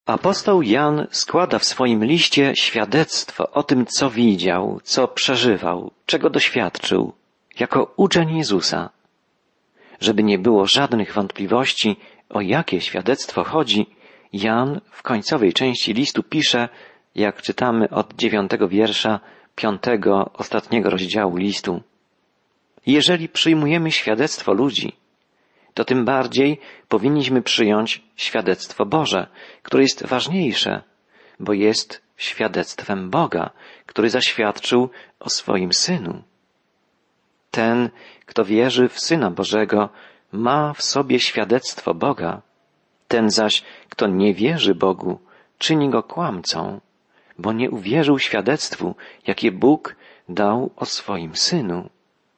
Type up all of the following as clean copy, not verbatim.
Apostoł Jan składa w swoim liście świadectwo o tym, co widział, co przeżywał, czego doświadczył, jako uczeń Jezusa. Żeby nie było żadnych wątpliwości, o jakie świadectwo chodzi, Jan w końcowej części listu pisze, jak czytamy od 9 wiersza 5 ostatniego rozdziału listu. Jeżeli przyjmujemy świadectwo ludzi, to tym bardziej powinniśmy przyjąć świadectwo Boże, które jest ważniejsze, bo jest świadectwem Boga, który zaświadczył o swoim Synu. Ten, kto wierzy w Syna Bożego, ma w sobie świadectwo Boga. Ten zaś, kto nie wierzy Bogu, czyni go kłamcą, bo nie uwierzył świadectwu, jakie Bóg dał o swoim Synu.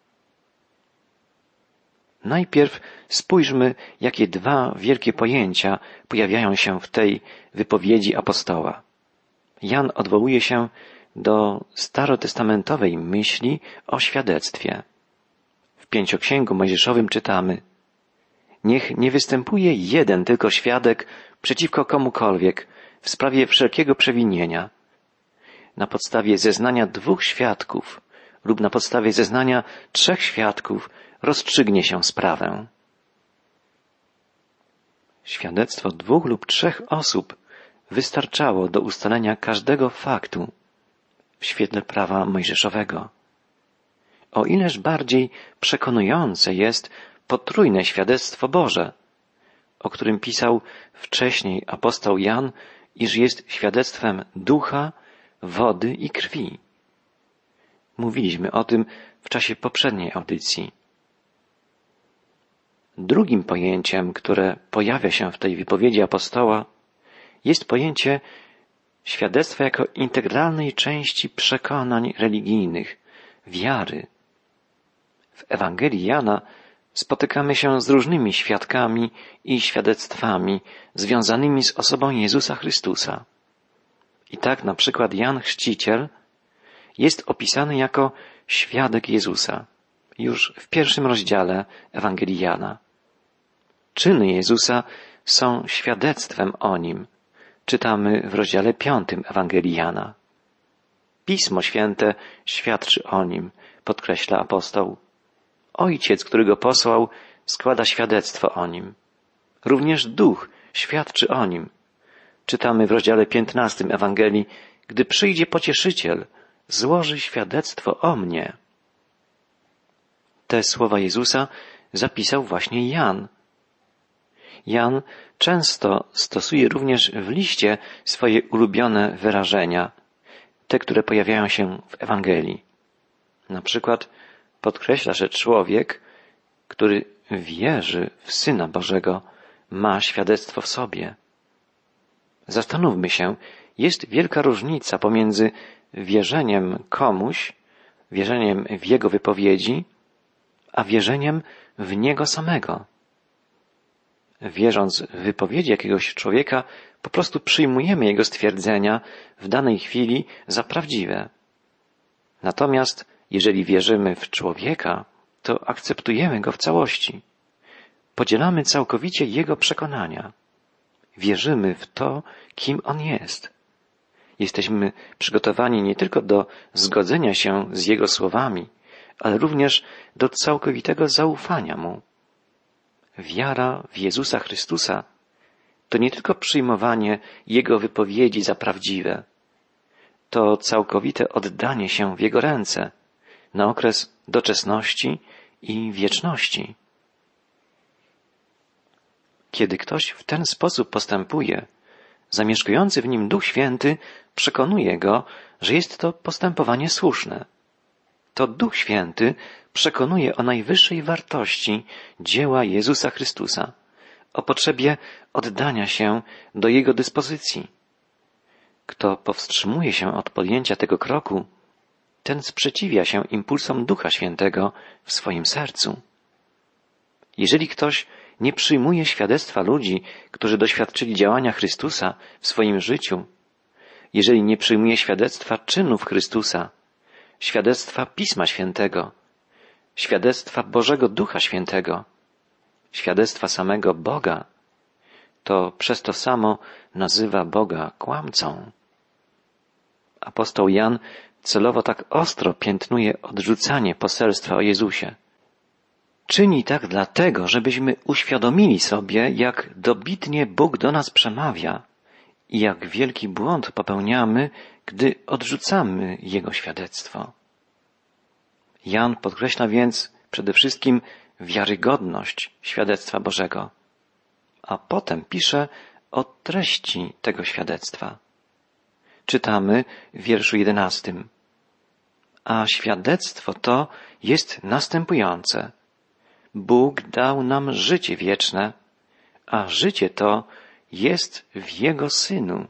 Najpierw spójrzmy, jakie dwa wielkie pojęcia pojawiają się w tej wypowiedzi apostoła. Jan odwołuje się do starotestamentowej myśli o świadectwie. W Pięcioksięgu Mojżeszowym czytamy: niech nie występuje jeden tylko świadek przeciwko komukolwiek w sprawie wszelkiego przewinienia. Na podstawie zeznania 2 świadków lub na podstawie zeznania 3 świadków rozstrzygnie się sprawę. Świadectwo 2 lub 3 osób wystarczało do ustalenia każdego faktu w świetle prawa mojżeszowego. O ileż bardziej przekonujące jest potrójne świadectwo Boże, o którym pisał wcześniej apostoł Jan, iż jest świadectwem ducha, wody i krwi. Mówiliśmy o tym w czasie poprzedniej audycji. Drugim pojęciem, które pojawia się w tej wypowiedzi apostoła, jest pojęcie świadectwa jako integralnej części przekonań religijnych, wiary. W Ewangelii Jana spotykamy się z różnymi świadkami i świadectwami związanymi z osobą Jezusa Chrystusa. I tak na przykład Jan Chrzciciel jest opisany jako świadek Jezusa, już w 1 rozdziale Ewangelii Jana. Czyny Jezusa są świadectwem o Nim. Czytamy w rozdziale 5 Ewangelii Jana. Pismo Święte świadczy o Nim, podkreśla apostoł. Ojciec, który Go posłał, składa świadectwo o Nim. Również Duch świadczy o Nim. Czytamy w rozdziale 15 Ewangelii: gdy przyjdzie Pocieszyciel, złoży świadectwo o mnie. Te słowa Jezusa zapisał właśnie Jan. Jan często stosuje również w liście swoje ulubione wyrażenia, te, które pojawiają się w Ewangelii. Na przykład podkreśla, że człowiek, który wierzy w Syna Bożego, ma świadectwo w sobie. Zastanówmy się, jest wielka różnica pomiędzy wierzeniem komuś, wierzeniem w Jego wypowiedzi, a wierzeniem w Niego samego. Wierząc w wypowiedzi jakiegoś człowieka, po prostu przyjmujemy jego stwierdzenia w danej chwili za prawdziwe. Natomiast jeżeli wierzymy w człowieka, to akceptujemy go w całości. Podzielamy całkowicie jego przekonania. Wierzymy w to, kim on jest. Jesteśmy przygotowani nie tylko do zgodzenia się z jego słowami, ale również do całkowitego zaufania mu. Wiara w Jezusa Chrystusa to nie tylko przyjmowanie Jego wypowiedzi za prawdziwe, to całkowite oddanie się w Jego ręce na okres doczesności i wieczności. Kiedy ktoś w ten sposób postępuje, zamieszkujący w nim Duch Święty przekonuje go, że jest to postępowanie słuszne. To Duch Święty przekonuje o najwyższej wartości dzieła Jezusa Chrystusa, o potrzebie oddania się do Jego dyspozycji. Kto powstrzymuje się od podjęcia tego kroku, ten sprzeciwia się impulsom Ducha Świętego w swoim sercu. Jeżeli ktoś nie przyjmuje świadectwa ludzi, którzy doświadczyli działania Chrystusa w swoim życiu, jeżeli nie przyjmuje świadectwa czynów Chrystusa, świadectwa Pisma Świętego, świadectwa Bożego Ducha Świętego, świadectwa samego Boga, to przez to samo nazywa Boga kłamcą. Apostoł Jan celowo tak ostro piętnuje odrzucanie poselstwa o Jezusie. Czyni tak dlatego, żebyśmy uświadomili sobie, jak dobitnie Bóg do nas przemawia i jak wielki błąd popełniamy, gdy odrzucamy Jego świadectwo. Jan podkreśla więc przede wszystkim wiarygodność świadectwa Bożego, a potem pisze o treści tego świadectwa. Czytamy w wierszu 11. A świadectwo to jest następujące. Bóg dał nam życie wieczne, a życie to jest w Jego Synu.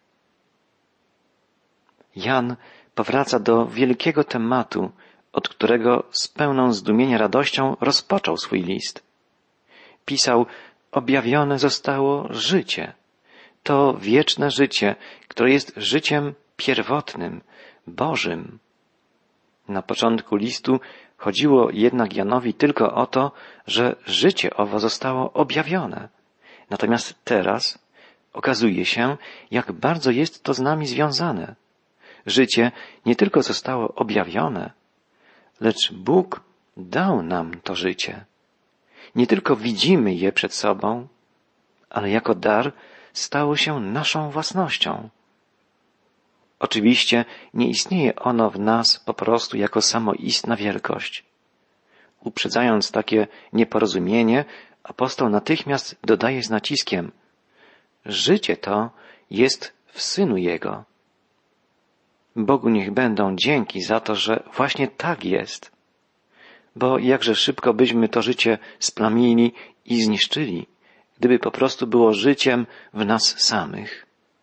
Jan powraca do wielkiego tematu, od którego z pełną zdumienia radością rozpoczął swój list. Pisał, objawione zostało życie. To wieczne życie, które jest życiem pierwotnym, Bożym. Na początku listu chodziło jednak Janowi tylko o to, że życie owo zostało objawione. Natomiast teraz okazuje się, jak bardzo jest to z nami związane. Życie nie tylko zostało objawione, lecz Bóg dał nam to życie. Nie tylko widzimy je przed sobą, ale jako dar stało się naszą własnością. Oczywiście nie istnieje ono w nas po prostu jako samoistna wielkość. Uprzedzając takie nieporozumienie, apostoł natychmiast dodaje z naciskiem: życie to jest w Synu Jego. Bogu niech będą dzięki za to, że właśnie tak jest. Bo jakże szybko byśmy to życie splamili i zniszczyli, gdyby po prostu było życiem w nas samych.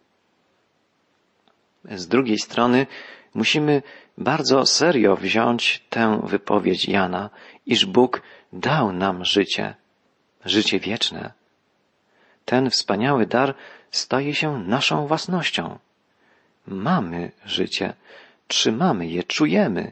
Z drugiej strony musimy bardzo serio wziąć tę wypowiedź Jana, iż Bóg dał nam życie, życie wieczne. Ten wspaniały dar staje się naszą własnością. Mamy życie, trzymamy je, czujemy.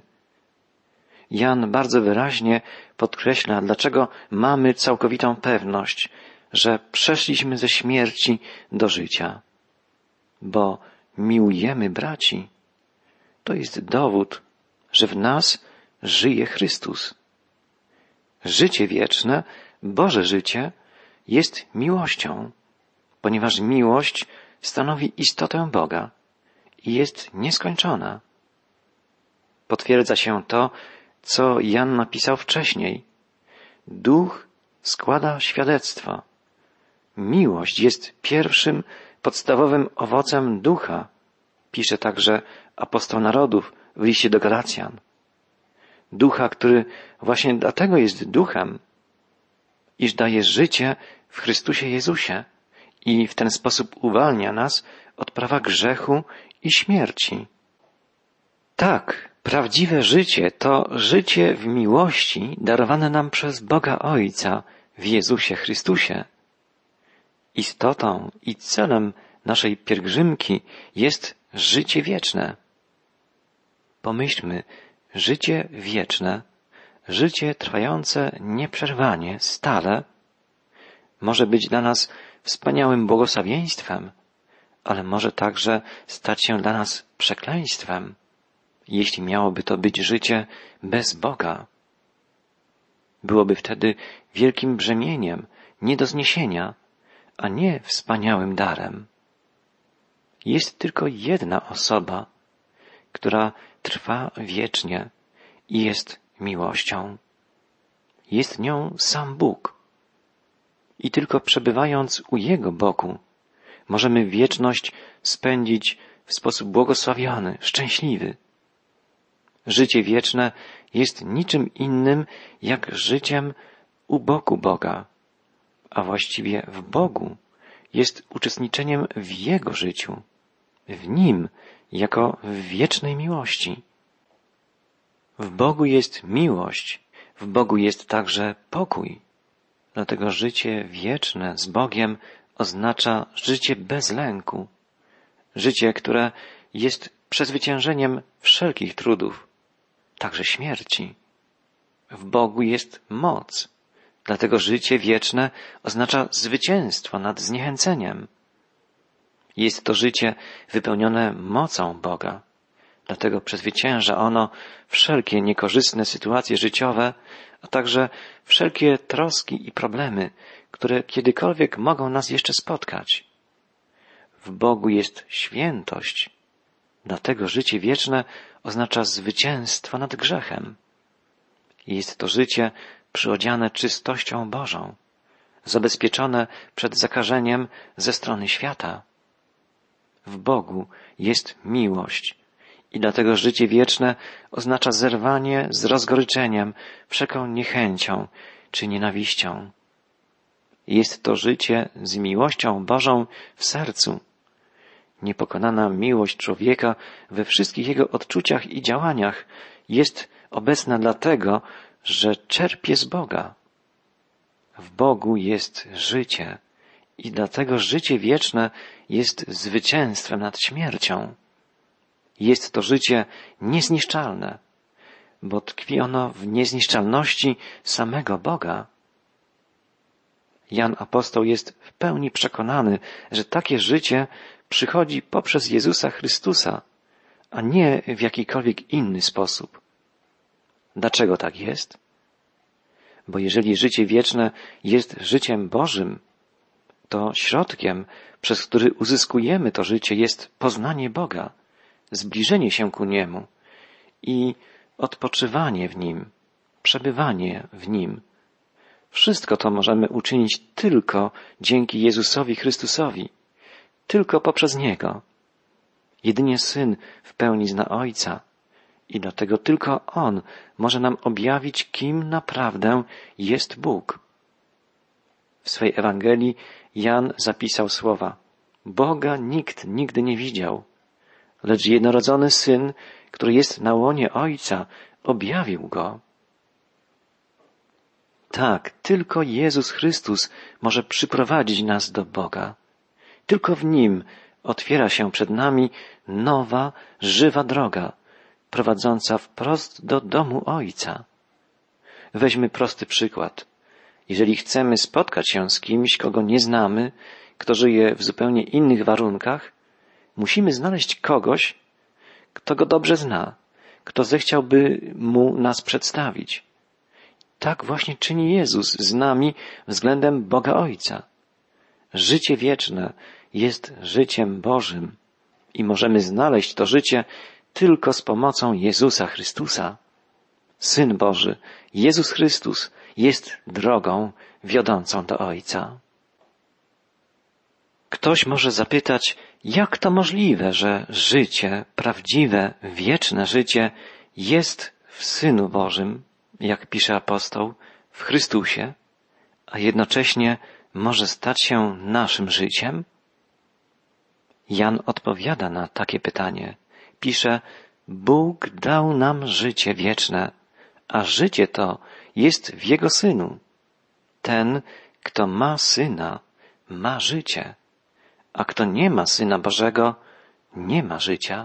Jan bardzo wyraźnie podkreśla, dlaczego mamy całkowitą pewność, że przeszliśmy ze śmierci do życia. Bo miłujemy braci. To jest dowód, że w nas żyje Chrystus. Życie wieczne, Boże życie, jest miłością, ponieważ miłość stanowi istotę Boga i jest nieskończona. Potwierdza się to, co Jan napisał wcześniej. Duch składa świadectwo. Miłość jest pierwszym, podstawowym owocem ducha, pisze także apostoł narodów w liście do Galacjan. Ducha, który właśnie dlatego jest duchem, iż daje życie w Chrystusie Jezusie i w ten sposób uwalnia nas od prawa grzechu i śmierci. Tak, prawdziwe życie to życie w miłości darowane nam przez Boga Ojca w Jezusie Chrystusie. Istotą i celem naszej pielgrzymki jest życie wieczne. Pomyślmy, życie wieczne, życie trwające nieprzerwanie, stale, może być dla nas wspaniałym błogosławieństwem, ale może także stać się dla nas przekleństwem, jeśli miałoby to być życie bez Boga. Byłoby wtedy wielkim brzemieniem, nie do zniesienia, a nie wspaniałym darem. Jest tylko jedna osoba, która trwa wiecznie i jest miłością. Jest nią sam Bóg. I tylko przebywając u Jego boku, możemy wieczność spędzić w sposób błogosławiony, szczęśliwy. Życie wieczne jest niczym innym jak życiem u boku Boga, a właściwie w Bogu jest uczestniczeniem w Jego życiu, w Nim jako w wiecznej miłości. W Bogu jest miłość, w Bogu jest także pokój. Dlatego życie wieczne z Bogiem oznacza życie bez lęku, życie, które jest przezwyciężeniem wszelkich trudów, także śmierci. W Bogu jest moc, Dlatego życie wieczne oznacza zwycięstwo nad zniechęceniem. Jest to życie wypełnione mocą Boga. Dlatego przezwycięża ono wszelkie niekorzystne sytuacje życiowe, a także wszelkie troski i problemy, które kiedykolwiek mogą nas jeszcze spotkać. W Bogu jest świętość. Dlatego życie wieczne oznacza zwycięstwo nad grzechem. Jest to życie przyodziane czystością Bożą, zabezpieczone przed zakażeniem ze strony świata. W Bogu jest miłość i dlatego życie wieczne oznacza zerwanie z rozgoryczeniem, wszelką niechęcią czy nienawiścią. Jest to życie z miłością Bożą w sercu. Niepokonana miłość człowieka we wszystkich jego odczuciach i działaniach jest obecna dlatego, że czerpie z Boga. W Bogu jest życie i dlatego życie wieczne jest zwycięstwem nad śmiercią. Jest to życie niezniszczalne, bo tkwi ono w niezniszczalności samego Boga. Jan Apostoł jest w pełni przekonany, że takie życie przychodzi poprzez Jezusa Chrystusa, a nie w jakikolwiek inny sposób. Dlaczego tak jest? Bo jeżeli życie wieczne jest życiem Bożym, to środkiem, przez który uzyskujemy to życie, jest poznanie Boga, zbliżenie się ku Niemu i odpoczywanie w Nim, przebywanie w Nim. Wszystko to możemy uczynić tylko dzięki Jezusowi Chrystusowi, tylko poprzez Niego. Jedynie Syn w pełni zna Ojca i dlatego tylko On może nam objawić, kim naprawdę jest Bóg. W swej Ewangelii Jan zapisał słowa: Boga nikt nigdy nie widział, lecz jednorodzony Syn, który jest na łonie Ojca, objawił Go. Tak, tylko Jezus Chrystus może przyprowadzić nas do Boga. Tylko w Nim otwiera się przed nami nowa, żywa droga, prowadząca wprost do domu Ojca. Weźmy prosty przykład. Jeżeli chcemy spotkać się z kimś, kogo nie znamy, kto żyje w zupełnie innych warunkach, musimy znaleźć kogoś, kto go dobrze zna, kto zechciałby mu nas przedstawić. Tak właśnie czyni Jezus z nami względem Boga Ojca. Życie wieczne jest życiem Bożym i możemy znaleźć to życie tylko z pomocą Jezusa Chrystusa. Syn Boży, Jezus Chrystus, jest drogą wiodącą do Ojca. Ktoś może zapytać, jak to możliwe, że życie, prawdziwe, wieczne życie jest w Synu Bożym, jak pisze apostoł, w Chrystusie, a jednocześnie może stać się naszym życiem? Jan odpowiada na takie pytanie. Pisze, Bóg dał nam życie wieczne, a życie to jest w Jego Synu. Ten, kto ma Syna, ma życie, a kto nie ma Syna Bożego, nie ma życia.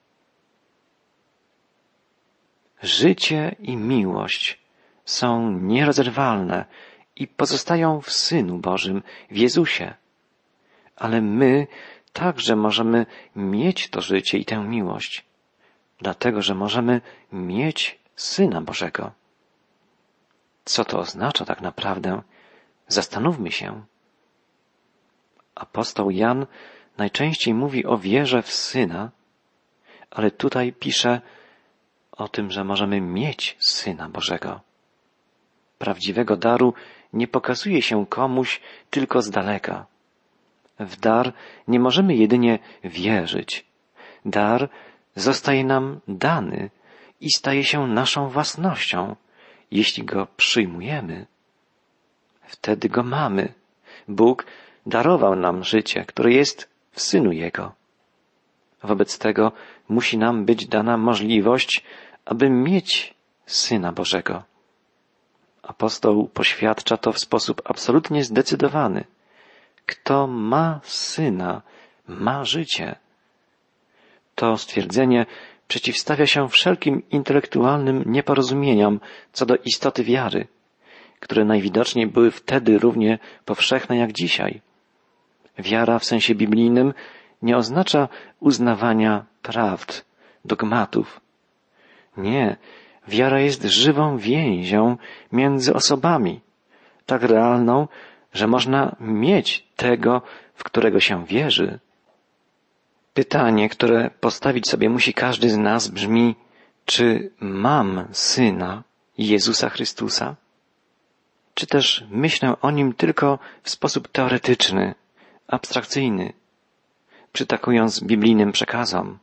Życie i miłość są nierozerwalne i pozostają w Synu Bożym, w Jezusie. Ale my także możemy mieć to życie i tę miłość, dlatego że możemy mieć Syna Bożego. Co to oznacza tak naprawdę? Zastanówmy się. Apostoł Jan najczęściej mówi o wierze w Syna, ale tutaj pisze o tym, że możemy mieć Syna Bożego. Prawdziwego daru nie pokazuje się komuś tylko z daleka. W dar nie możemy jedynie wierzyć. Dar zostaje nam dany i staje się naszą własnością, jeśli go przyjmujemy. Wtedy go mamy. Bóg darował nam życie, które jest w Synu Jego. Wobec tego musi nam być dana możliwość, aby mieć Syna Bożego. Apostoł poświadcza to w sposób absolutnie zdecydowany. Kto ma Syna, ma życie. To stwierdzenie przeciwstawia się wszelkim intelektualnym nieporozumieniom co do istoty wiary, które najwidoczniej były wtedy równie powszechne jak dzisiaj. Wiara w sensie biblijnym nie oznacza uznawania prawd, dogmatów. Nie, wiara jest żywą więzią między osobami, tak realną, że można mieć tego, w którego się wierzy. Pytanie, które postawić sobie musi każdy z nas, brzmi: czy mam Syna Jezusa Chrystusa? Czy też myślę o Nim tylko w sposób teoretyczny, abstrakcyjny, przytakując biblijnym przekazom?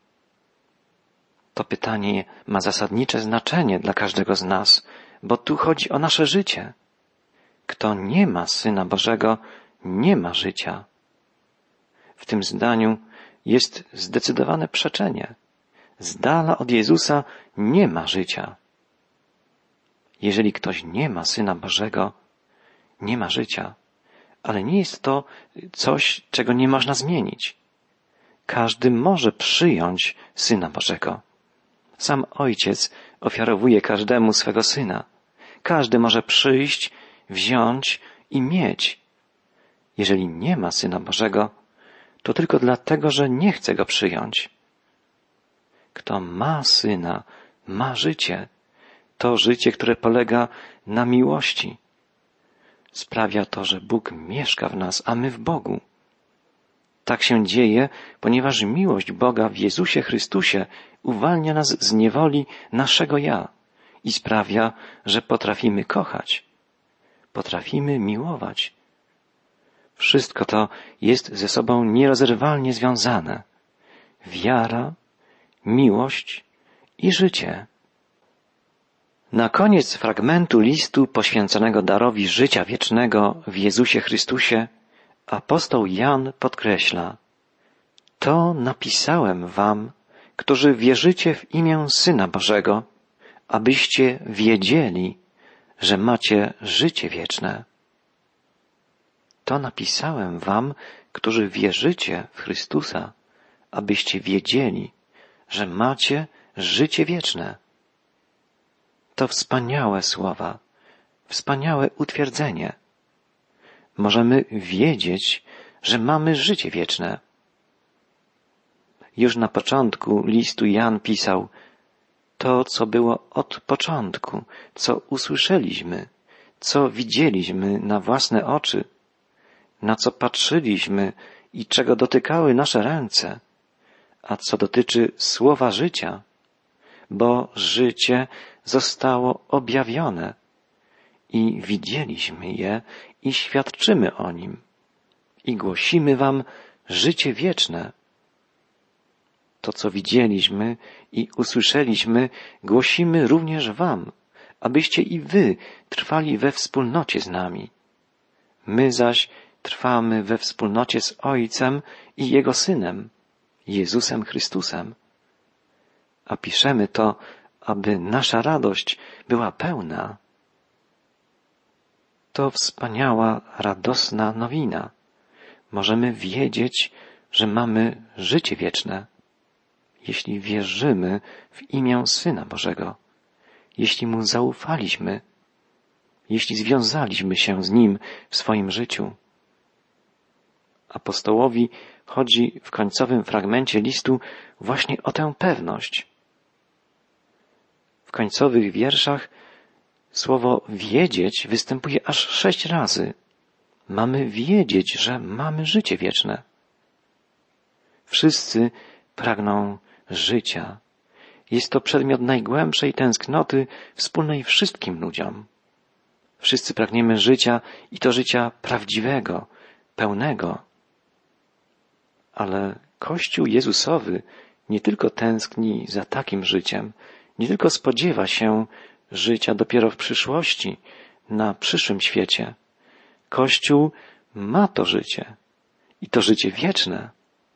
To pytanie ma zasadnicze znaczenie dla każdego z nas, bo tu chodzi o nasze życie. Kto nie ma Syna Bożego, nie ma życia. W tym zdaniu jest zdecydowane przeczenie. Z dala od Jezusa nie ma życia. Jeżeli ktoś nie ma Syna Bożego, nie ma życia. Ale nie jest to coś, czego nie można zmienić. Każdy może przyjąć Syna Bożego. Sam Ojciec ofiarowuje każdemu swego Syna. Każdy może przyjść, wziąć i mieć. Jeżeli nie ma Syna Bożego, to tylko dlatego, że nie chce Go przyjąć. Kto ma Syna, ma życie. To życie, które polega na miłości. Sprawia to, że Bóg mieszka w nas, a my w Bogu. Tak się dzieje, ponieważ miłość Boga w Jezusie Chrystusie uwalnia nas z niewoli naszego ja i sprawia, że potrafimy kochać, potrafimy miłować. Wszystko to jest ze sobą nierozerwalnie związane. Wiara, miłość i życie. Na koniec fragmentu listu poświęconego darowi życia wiecznego w Jezusie Chrystusie apostoł Jan podkreśla: to napisałem wam, którzy wierzycie w imię Syna Bożego, abyście wiedzieli, że macie życie wieczne. To napisałem wam, którzy wierzycie w Chrystusa, abyście wiedzieli, że macie życie wieczne. To wspaniałe słowa, wspaniałe utwierdzenie. Możemy wiedzieć, że mamy życie wieczne. Już na początku listu Jan pisał: to, co było od początku, co usłyszeliśmy, co widzieliśmy na własne oczy, na co patrzyliśmy i czego dotykały nasze ręce, a co dotyczy słowa życia, bo życie zostało objawione i widzieliśmy je i świadczymy o nim i głosimy wam życie wieczne. To, co widzieliśmy i usłyszeliśmy, głosimy również wam, abyście i wy trwali we wspólnocie z nami. My zaś trwamy we wspólnocie z Ojcem i Jego Synem, Jezusem Chrystusem. A piszemy to, aby nasza radość była pełna. To wspaniała, radosna nowina. Możemy wiedzieć, że mamy życie wieczne, jeśli wierzymy w imię Syna Bożego, jeśli Mu zaufaliśmy, jeśli związaliśmy się z Nim w swoim życiu. Apostołowi chodzi w końcowym fragmencie listu właśnie o tę pewność. W końcowych wierszach słowo wiedzieć występuje aż 6 razy. Mamy wiedzieć, że mamy życie wieczne. Wszyscy pragną życia. Jest to przedmiot najgłębszej tęsknoty wspólnej wszystkim ludziom. Wszyscy pragniemy życia i to życia prawdziwego, pełnego. Ale Kościół Jezusowy nie tylko tęskni za takim życiem, nie tylko spodziewa się życia dopiero w przyszłości, na przyszłym świecie. Kościół ma to życie i to życie wieczne.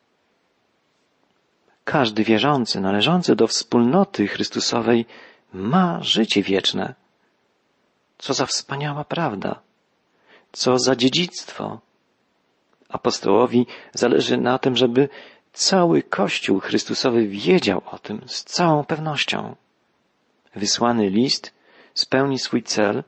Każdy wierzący, należący do wspólnoty Chrystusowej ma życie wieczne. Co za wspaniała prawda! Co za dziedzictwo! Apostołowi zależy na tym, żeby cały Kościół Chrystusowy wiedział o tym z całą pewnością. Wysłany list spełni swój cel,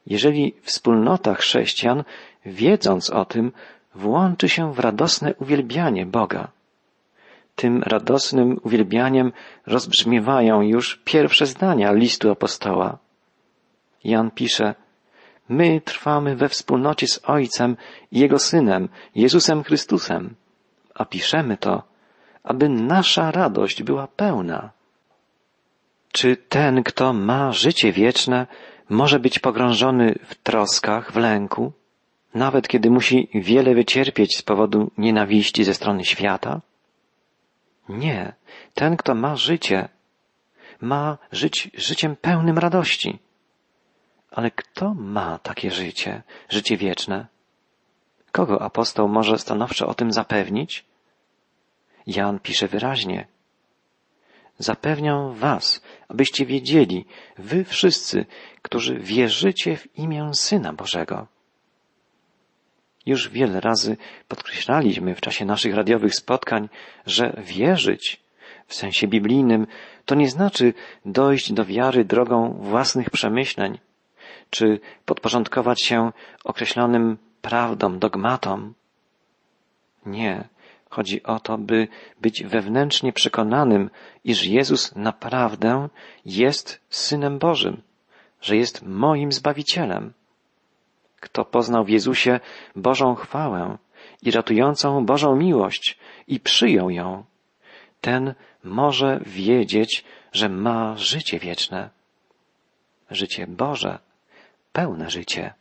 jeżeli wspólnota chrześcijan, wiedząc o tym, włączy się w radosne uwielbianie Boga. Tym radosnym uwielbianiem rozbrzmiewają już pierwsze zdania listu apostoła. Jan pisze: my trwamy we wspólnocie z Ojcem i Jego Synem, Jezusem Chrystusem, a piszemy to, aby nasza radość była pełna. Czy ten, kto ma życie wieczne, może być pogrążony w troskach, w lęku, nawet kiedy musi wiele wycierpieć z powodu nienawiści ze strony świata? Nie. Ten, kto ma życie, ma żyć życiem pełnym radości. Ale kto ma takie życie, życie wieczne? Kogo apostoł może stanowczo o tym zapewnić? Jan pisze wyraźnie: zapewniam was, abyście wiedzieli, wy wszyscy, którzy wierzycie w imię Syna Bożego. Już wiele razy podkreślaliśmy w czasie naszych radiowych spotkań, że wierzyć w sensie biblijnym to nie znaczy dojść do wiary drogą własnych przemyśleń, czy podporządkować się określonym prawdom, dogmatom. Nie. Chodzi o to, by być wewnętrznie przekonanym, iż Jezus naprawdę jest Synem Bożym, że jest moim Zbawicielem. Kto poznał w Jezusie Bożą chwałę i ratującą Bożą miłość i przyjął ją, ten może wiedzieć, że ma życie wieczne. Życie Boże, pełne życie.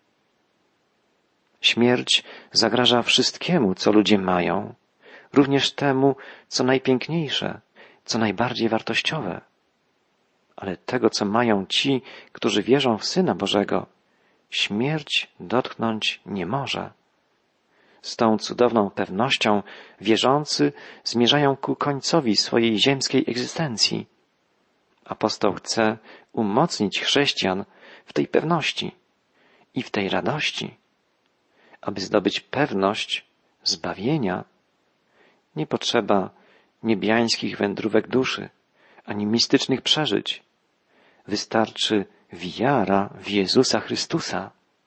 Śmierć zagraża wszystkiemu, co ludzie mają, również temu, co najpiękniejsze, co najbardziej wartościowe. Ale tego, co mają ci, którzy wierzą w Syna Bożego, śmierć dotknąć nie może. Z tą cudowną pewnością wierzący zmierzają ku końcowi swojej ziemskiej egzystencji. Apostoł chce umocnić chrześcijan w tej pewności i w tej radości. Aby zdobyć pewność zbawienia, nie potrzeba niebiańskich wędrówek duszy, ani mistycznych przeżyć. Wystarczy wiara w Jezusa Chrystusa.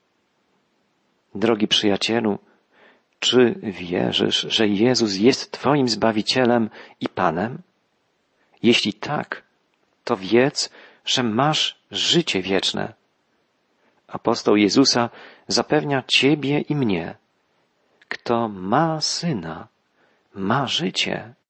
Drogi przyjacielu, czy wierzysz, że Jezus jest Twoim Zbawicielem i Panem? Jeśli tak, to wiedz, że masz życie wieczne. Apostoł Jezusa zapewnia Ciebie i mnie. Kto ma Syna, ma życie.